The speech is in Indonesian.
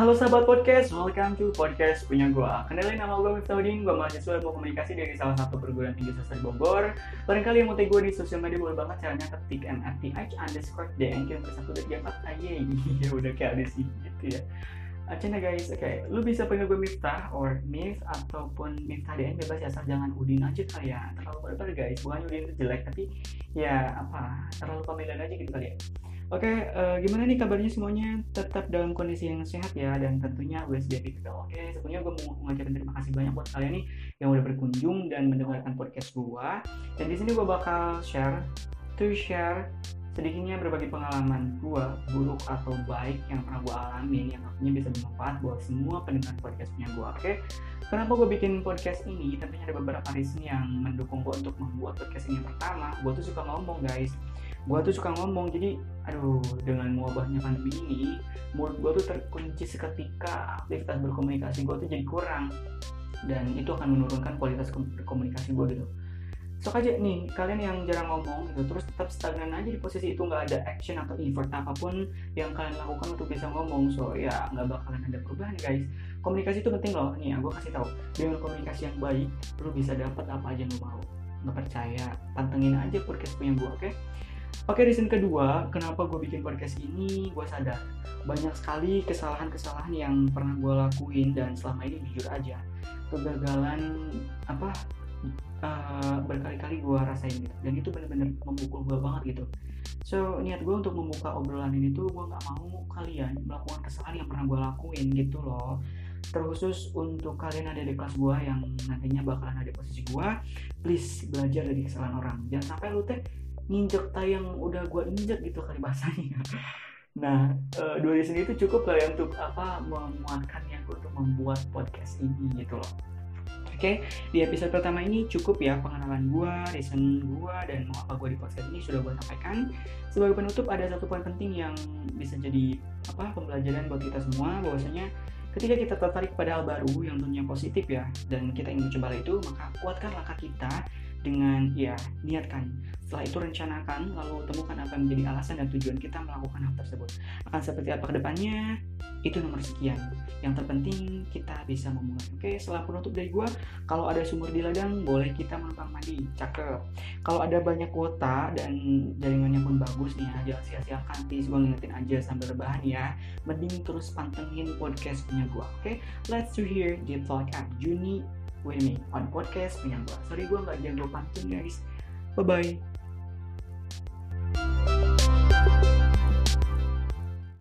Halo sahabat podcast, welcome to podcast punya gua. Kenalin nama gua Miftahudin, gua mahasiswa ilmu komunikasi dari salah satu perguruan tinggi swasta di Bogor. Barangkali yang mau tag gua di sosial media boleh banget, caranya ketik MFTH_DN kirim ke 134 aja. Ya udah kayak ada sih gitu ya. Canda guys, oke. Lu bisa panggil gue Miftah or Mif ataupun Miftah DN, bebas ya, asal jangan Udin aja kali ya. Terlalu barbar guys, bukannya Udin itu jelek, tapi ya apa, terlalu panggilan aja gitu kali ya. Oke, gimana nih kabarnya semuanya? Tetap dalam kondisi yang sehat ya, dan tentunya USBP juga. Oke, sebelumnya gue mau mengucapkan terima kasih banyak buat kalian nih yang udah berkunjung dan mendengarkan podcast gue. Dan di sini gue bakal share sedikitnya berbagi pengalaman gue, buruk atau baik yang pernah gue alamin, yang artinya bisa bermanfaat buat semua pendengar podcastnya gue. Oke, kenapa gue bikin podcast ini? Tentunya ada beberapa reason yang mendukung gue untuk membuat podcast ini. Pertama, gue tuh suka ngomong guys. Jadi dengan wabahnya pandemi ini, mulut gue tuh terkunci seketika, aktivitas berkomunikasi gue tuh jadi kurang, dan itu akan menurunkan kualitas komunikasi gue gitu. Sok aja nih kalian yang jarang ngomong gitu, terus tetap stagnan aja di posisi itu, nggak ada action atau effort apapun yang kalian lakukan untuk bisa ngomong, so ya nggak bakalan ada perubahan guys. Komunikasi itu penting loh. Nih aku kasih tahu, dengan komunikasi yang baik lu bisa dapat apa aja yang lu mau. Nggak percaya, pantengin aja podcast punya gue. Oke, reason kedua kenapa gue bikin podcast ini, gue sadar banyak sekali kesalahan-kesalahan yang pernah gue lakuin, dan selama ini jujur aja kegagalan berkali-kali gue rasain gitu, dan itu bener-bener memukul gue banget gitu. So niat gue untuk membuka obrolan ini tuh, gue nggak mau kalian melakukan kesalahan yang pernah gue lakuin gitu loh. Terkhusus untuk kalian ada di kelas gue yang nantinya bakalan ada di posisi gue, please belajar dari kesalahan orang, jangan sampai lu teh nginjek yang udah gue injek gitu kali bahasanya. Nah, dua reason itu cukup lah ya untuk memuatkannya gue untuk membuat podcast ini gitu loh. Oke, di episode pertama ini cukup ya pengenalan gue, reason gue, dan mau apa gue di podcast ini sudah gue sampaikan. Sebagai penutup, ada satu poin penting yang bisa jadi pembelajaran buat kita semua, bahwasanya ketika kita tertarik pada hal baru yang tentunya positif ya, dan kita ingin mencoba itu, maka kuatkan langkah kita dengan niatkan. Setelah itu rencanakan, lalu temukan apa yang menjadi alasan dan tujuan kita melakukan hal tersebut. Akan seperti apa kedepannya, itu nomor sekian. Yang terpenting kita bisa memulai. Oke, setelah penutup dari gua, kalau ada sumur di ladang boleh kita menumpang mandi. Cakep. Kalau ada banyak kuota dan jaringannya pun bagus nih ya, jangan sia-siakan, please. Gua ngingetin aja sambil rebahan ya, mending terus pantengin podcast punya gua. Oke, let's to hear the talk at Juni with me on podcast punya gua. Sorry gua nggak jago pantun guys. Bye bye.